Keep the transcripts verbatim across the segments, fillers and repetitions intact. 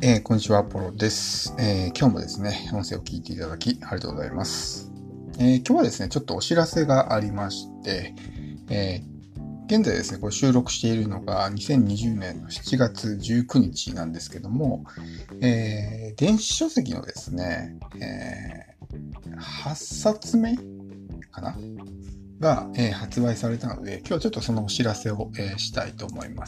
えーこんにちは、アポロです、えー今日もですね、音声を聞いていただきありがとうございます。えー今日はですね、ちょっとお知らせがありまして、えー現在ですね、これ収録しているのがにせんにじゅうねんのしちがつじゅうくにちなんですけども、えー電子書籍のですね、えーはっさつめかなが、えー発売されたので、今日はちょっとそのお知らせを、えーしたいと思います。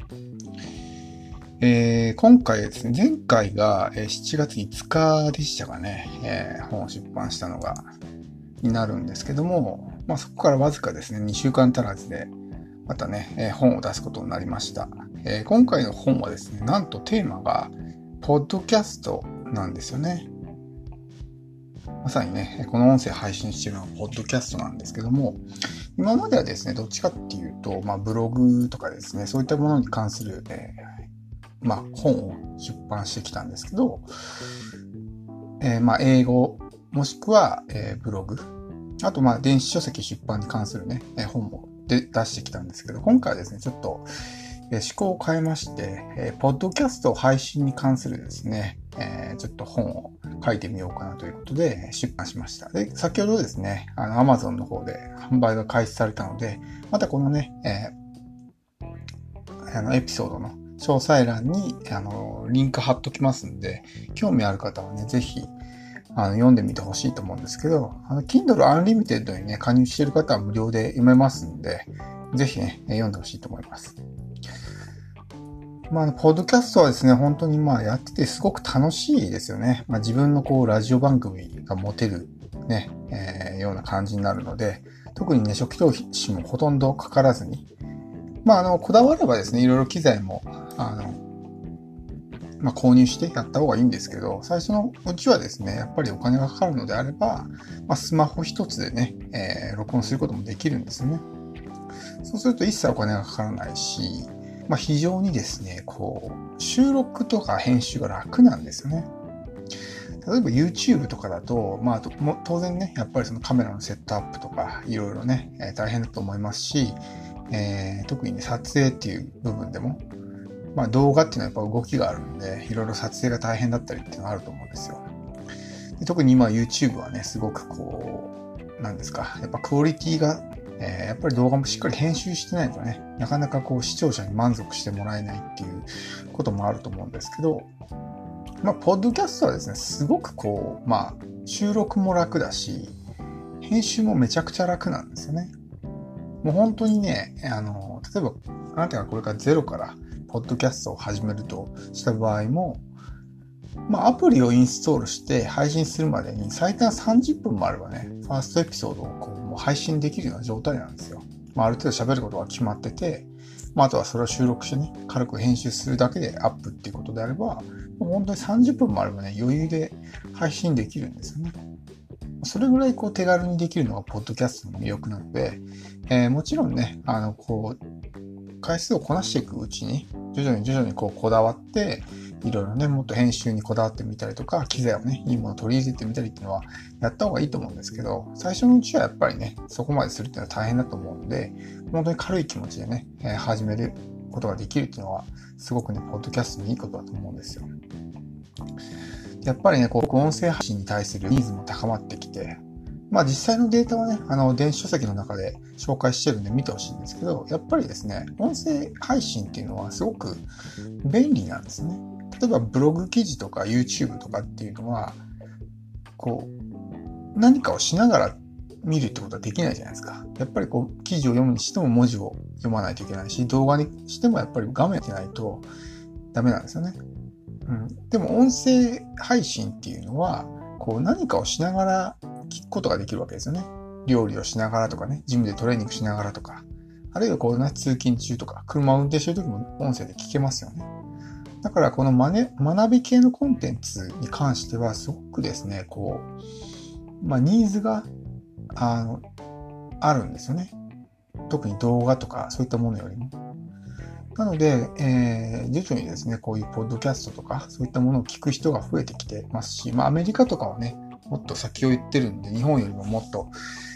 えー今回ですね、前回がえーしちがついつかでしたかね、えー本を出版したのが、になるんですけども、まあそこからわずかですね、にしゅうかん足らずで、またね、えー本を出すことになりました。えー今回の本はですね、なんとテーマが、ポッドキャストなんですよね。まさにね、この音声配信しているのはポッドキャストなんですけども、今まではですね、どっちかっていうと、まあブログとかですね、そういったものに関する、えーまあ、本を出版してきたんですけど、えー、まあ、英語、もしくは、えー、ブログ、あと、まあ、電子書籍出版に関するね、えー、本もで出してきたんですけど、今回はですね、ちょっと、えー、思考を変えまして、えー、ポッドキャスト配信に関するですね、えー、ちょっと本を書いてみようかなということで出版しました。で、先ほどですね、あの、Amazon の方で販売が開始されたので、またこのね、えー、あの、エピソードの詳細欄に、あの、リンク貼っときますんで、興味ある方はね、ぜひ、あの、読んでみてほしいと思うんですけど、あの、Kindle Unlimited にね、加入している方は無料で読めますんで、ぜひね、読んでほしいと思います。まあ、あの、ポッドキャストはですね、本当にまあ、やっててすごく楽しいですよね。まあ、自分のこう、ラジオ番組が持てる、ね、えー、ような感じになるので、特にね、初期投資もほとんどかからずに、まあ、あの、こだわればですね、いろいろ機材も、あの、まあ、購入してやった方がいいんですけど、最初のうちはですね、やっぱりお金がかかるのであれば、まあ、スマホ一つでね、えー、録音することもできるんですよね。そうすると一切お金がかからないし、まあ、非常にですね、こう、収録とか編集が楽なんですよね。例えば YouTube とかだと、まあ、も当然ね、やっぱりそのカメラのセットアップとか、いろいろね、えー大変だと思いますし、えー特にね、撮影っていう部分でも、まあ動画っていうのはやっぱ動きがあるんで、いろいろ撮影が大変だったりっていうのがあると思うんですよ。で特に今 YouTube はね、すごくこう、なんですか、やっぱクオリティが、えーやっぱり動画もしっかり編集してないとね、なかなかこう視聴者に満足してもらえないっていうこともあると思うんですけど、まあ、ポッドキャストはですね、すごくこう、まあ、収録も楽だし、編集もめちゃくちゃ楽なんですよね。もう本当にね、あの、例えば、あなたがこれからゼロから、ポッドキャストを始めるとした場合も、まあ、アプリをインストールして配信するまでに最短さんじゅっぷんもあればね、ファーストエピソードをこうもう配信できるような状態なんですよ。まあ、ある程度喋ることが決まってて、まあ、あとはそれを収録してね、軽く編集するだけでアップっていうことであれば、もう本当にさんじゅっぷんもあればね、余裕で配信できるんですよね。それぐらいこう手軽にできるのがポッドキャストの魅力なので、えーもちろんね、あの、こう、回数をこなしていくうちに、徐々に徐々にこうこだわって、いろいろね、もっと編集にこだわってみたりとか、機材をね、いいものを取り入れてみたりっていうのは、やった方がいいと思うんですけど、最初のうちはやっぱりね、そこまでするっていうのは大変だと思うので、本当に軽い気持ちでね、えー始めることができるっていうのは、すごくね、ポッドキャストにいいことだと思うんですよ。やっぱりね、こう、音声配信に対するニーズも高まってきて、まあ実際のデータはね、あの、電子書籍の中で紹介してるんで見てほしいんですけど、やっぱりですね、音声配信っていうのはすごく便利なんですね。例えばブログ記事とか YouTube とかっていうのは、こう、何かをしながら見るってことはできないじゃないですか。やっぱりこう、記事を読むにしても文字を読まないといけないし、動画にしてもやっぱり画面を見ないとダメなんですよね。うん、でも音声配信っていうのは、こう何かをしながら聞くことができるわけですよね。料理をしながらとかね、ジムでトレーニングしながらとか、あるいはこうね、通勤中とか、車を運転してる時も音声で聞けますよね。だからこのマネ学び系のコンテンツに関しては、すごくですね、こう、まあニーズが、あの、あるんですよね。特に動画とかそういったものよりも。なので、えー、徐々にですね、こういうポッドキャストとか、そういったものを聞く人が増えてきてますし、まあ、アメリカとかはね、もっと先を言ってるんで、日本よりももっと、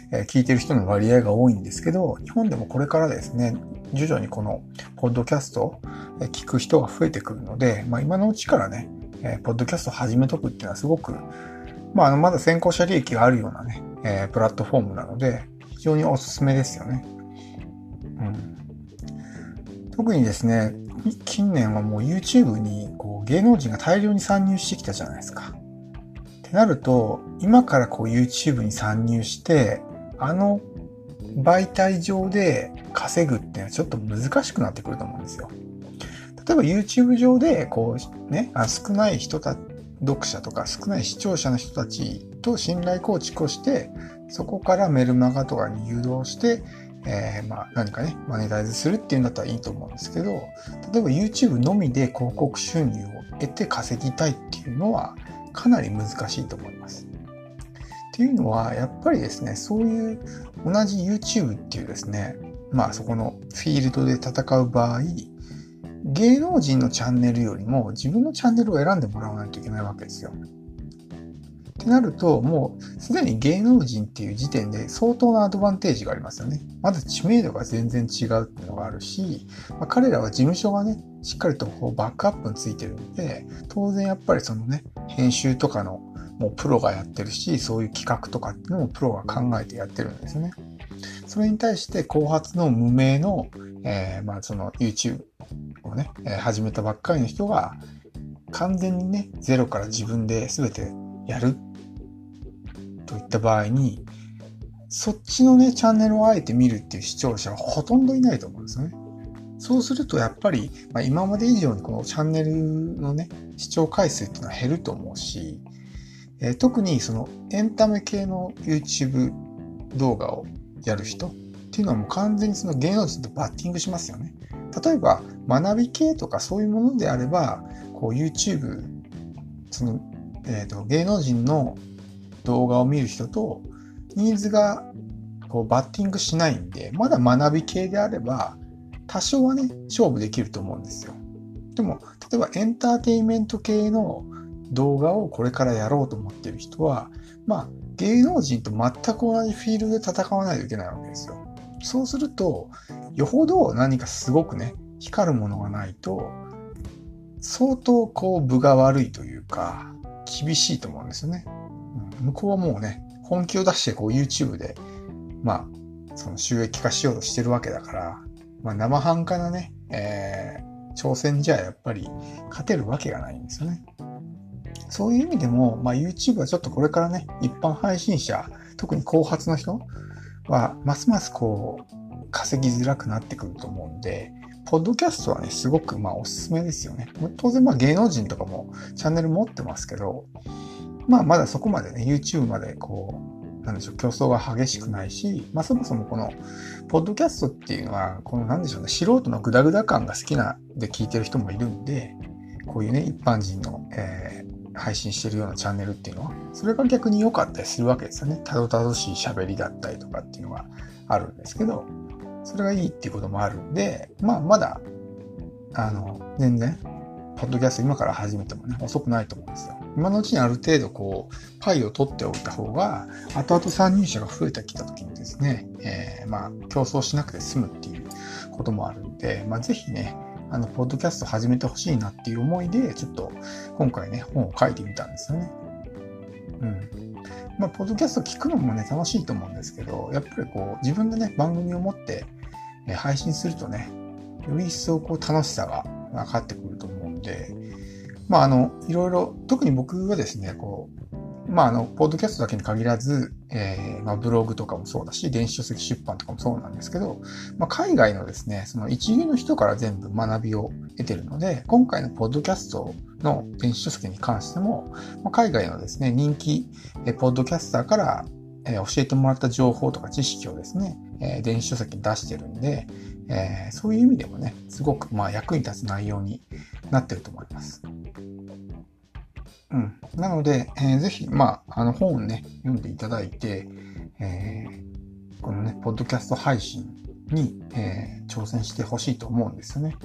えー、聞いてる人の割合が多いんですけど、日本でもこれからですね、徐々にこのポッドキャストを聞く人が増えてくるので、まあ今のうちからね、えー、ポッドキャストを始めとくっていうのはすごく、まああのまだ先行者利益があるようなね、えー、プラットフォームなので、非常におすすめですよね。うん、特にですね、近年はもう YouTube にこう芸能人が大量に参入してきたじゃないですか。ってなると、今からこう YouTube に参入して、あの媒体上で稼ぐっていうのはちょっと難しくなってくると思うんですよ。例えば YouTube 上でこうね、あ少ない人た読者とか少ない視聴者の人たちと信頼構築をして、そこからメルマガとかに誘導して、えー、まあ何かね、マネタイズするっていうんだったらいいと思うんですけど、例えば YouTube のみで広告収入を得て稼ぎたいっていうのはかなり難しいと思います。っていうのは、やっぱりですね、そういう同じ YouTube っていうですね、まあそこのフィールドで戦う場合、芸能人のチャンネルよりも自分のチャンネルを選んでもらわないといけないわけですよ。ってなると、もうすでに芸能人っていう時点で相当なアドバンテージがありますよね。まず知名度が全然違うっていうのがあるし、まあ、彼らは事務所がね、しっかりとこうバックアップについてるんで、当然やっぱりそのね、編集とかのもうプロがやってるし、そういう企画とかっていうのもプロが考えてやってるんですよね。それに対して後発の無名の、えー、まあその YouTube をね、えー、始めたばっかりの人が完全にね、ゼロから自分で全てやるといった場合に、そっちのね、チャンネルをあえて見るっていう視聴者はほとんどいないと思うんですよね。そうするとやっぱり、まあ、今まで以上にこのチャンネルのね、視聴回数っていうのは減ると思うし、えー、特にそのエンタメ系の YouTube 動画をやる人っていうのはもう完全にその芸能人とバッティングしますよね。例えば学び系とかそういうものであれば、こう YouTube、その、えーと、芸能人の動画を見る人とニーズがこうバッティングしないんで、まだ学び系であれば多少はね、勝負できると思うんですよ。でも、例えばエンターテインメント系の動画をこれからやろうと思っている人は、まあ、芸能人と全く同じフィールドで戦わないといけないわけですよ。そうすると、よほど何かすごくね、光るものがないと、相当こう分が悪いというか、厳しいと思うんですよね。うん、向こうはもうね、本気を出してこう YouTube で、まあ、その収益化しようとしてるわけだから、まあ生半可なね、えー、挑戦じゃやっぱり勝てるわけがないんですよね。そういう意味でも、まあ YouTube はちょっとこれからね、一般配信者、特に後発の人は、ますますこう、稼ぎづらくなってくると思うんで、ポッドキャストはね、すごくまあおすすめですよね。当然まあ芸能人とかもチャンネル持ってますけど、まあまだそこまでね、YouTube までこう、なんでしょう、競争が激しくないし、まあそもそもこの、ポッドキャストっていうのは、このなんでしょうね、素人のグダグダ感が好きなで聞いてる人もいるんで、こういうね、一般人の、えー、配信してるようなチャンネルっていうのは、それが逆に良かったりするわけですよね。たどたどしい喋りだったりとかっていうのがあるんですけど、それがいいっていうこともあるんで、まあまだ、あの、全然、ポッドキャスト今から始めてもね、遅くないと思うんですよ。今のうちにある程度こう、パイを取っておいた方が、後々参入者が増えてきた時にですね、えー、まあ、競争しなくて済むっていうこともあるんで、まあ、ぜひね、あの、ポッドキャスト始めてほしいなっていう思いで、ちょっと、今回ね、本を書いてみたんですよね。うん。まあ、ポッドキャスト聞くのもね、楽しいと思うんですけど、やっぱりこう、自分でね、番組を持って、えー、配信するとね、より一層こう、楽しさが分かってくると思うんで、まあ、あの、いろいろ、特に僕はですね、こう、まあ、あの、ポッドキャストだけに限らず、えー、まあ、ブログとかもそうだし、電子書籍出版とかもそうなんですけど、まあ、海外のですね、その一流の人から全部学びを得てるので、今回のポッドキャストの電子書籍に関しても、まあ、海外のですね、人気、えー、ポッドキャスターから、えー、教えてもらった情報とか知識をですね、えー、電子書籍に出してるんで、えー、そういう意味でもね、すごくまあ役に立つ内容になってると思います。うん。なので、えー、ぜひ、まあ、あの本をね、読んでいただいて、えー、このね、ポッドキャスト配信に、えー、挑戦してほしいと思うんですよね。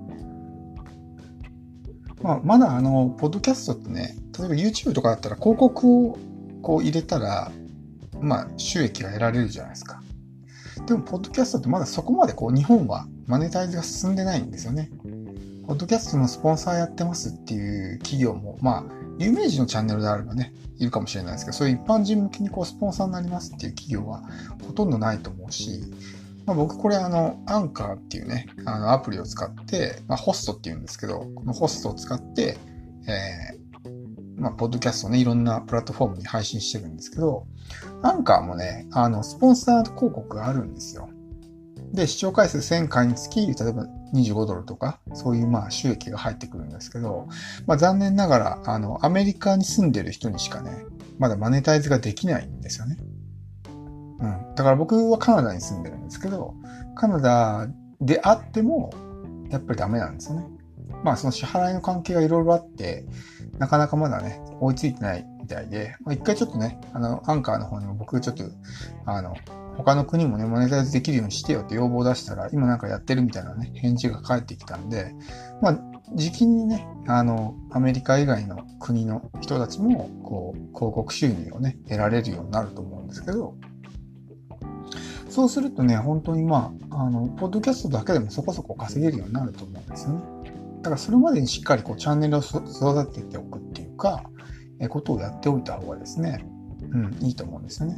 まあ、まだあの、ポッドキャストってね、例えば YouTube とかだったら広告をこう入れたら、 まあ、収益が得られるじゃないですか。でも、ポッドキャストってまだそこまでこう、日本はマネタイズが進んでないんですよね。ポッドキャストのスポンサーやってますっていう企業も、まあ、有名人のチャンネルであればね、いるかもしれないですけど、そういう一般人向けにこう、スポンサーになりますっていう企業はほとんどないと思うし、まあ、僕これあの、アンカーっていうね、あの、アプリを使って、まあ、ホストっていうんですけど、このホストを使って、えー、まあ、ポッドキャストね、いろんなプラットフォームに配信してるんですけど、アンカーもね、あの、スポンサー広告があるんですよ。で、視聴回数せんかいにつき、例えばにじゅうごドルとか、そういうまあ収益が入ってくるんですけど、まあ残念ながら、あの、アメリカに住んでる人にしかね、まだマネタイズができないんですよね。うん。だから僕はカナダに住んでるんですけど、カナダであっても、やっぱりダメなんですよね。まあその支払いの関係がいろいろあって、なかなかまだね、追いついてないみたいで、まあ一回ちょっとね、あの、アンカーの方にも僕ちょっと、あの、他の国もね、マネタイズできるようにしてよって要望を出したら、今なんかやってるみたいなね、返事が返ってきたんで、まあ、時期にね、あの、アメリカ以外の国の人たちも、こう、広告収入をね、得られるようになると思うんですけど、そうするとね、本当にまあ、あの、ポッドキャストだけでもそこそこ稼げるようになると思うんですよね。だからそれまでにしっかりこう、チャンネルを育てておくっていうか、え、ことをやっておいた方がですね、うん、いいと思うんですよね。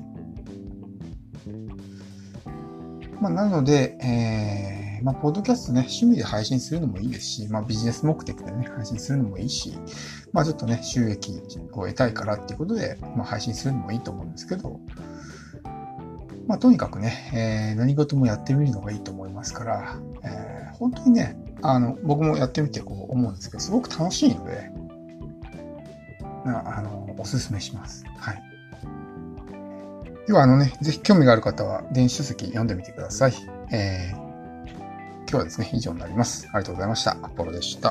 まあ、なので、えー、まあ、ポッドキャストね、趣味で配信するのもいいですし、まあ、ビジネス目的でね、配信するのもいいし、まあ、ちょっとね、収益を得たいからっていうことで、まあ、配信するのもいいと思うんですけど、まあ、とにかくね、えー、何事もやってみるのがいいと思いますから、えー、本当にね、あの、僕もやってみてこう思うんですけど、すごく楽しいので、あの、おすすめします。はい。では、あのね、ぜひ興味がある方は電子書籍読んでみてください。えー、今日はですね、以上になります。ありがとうございました。アポロでした。